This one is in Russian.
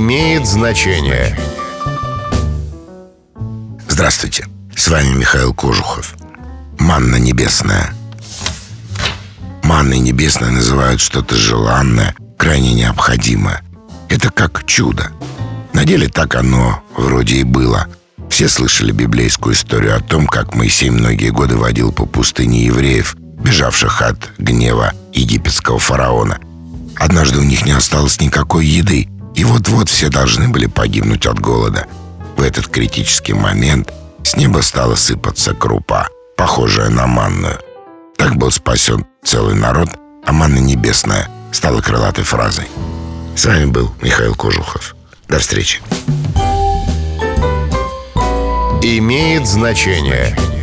Имеет значение. Здравствуйте, с вами Михаил Кожухов. Манна небесная. Манной небесной называют что-то желанное, крайне необходимое. Это как чудо. На деле так оно вроде и было. Все слышали библейскую историю о том, как Моисей многие годы водил по пустыне евреев, бежавших от гнева египетского фараона. Однажды у них не осталось никакой еды, и вот-вот все должны были погибнуть от голода. В этот критический момент с неба стала сыпаться крупа, похожая на манную. Так был спасен целый народ, а манна небесная стала крылатой фразой. С вами был Михаил Кожухов. До встречи. Имеет значение.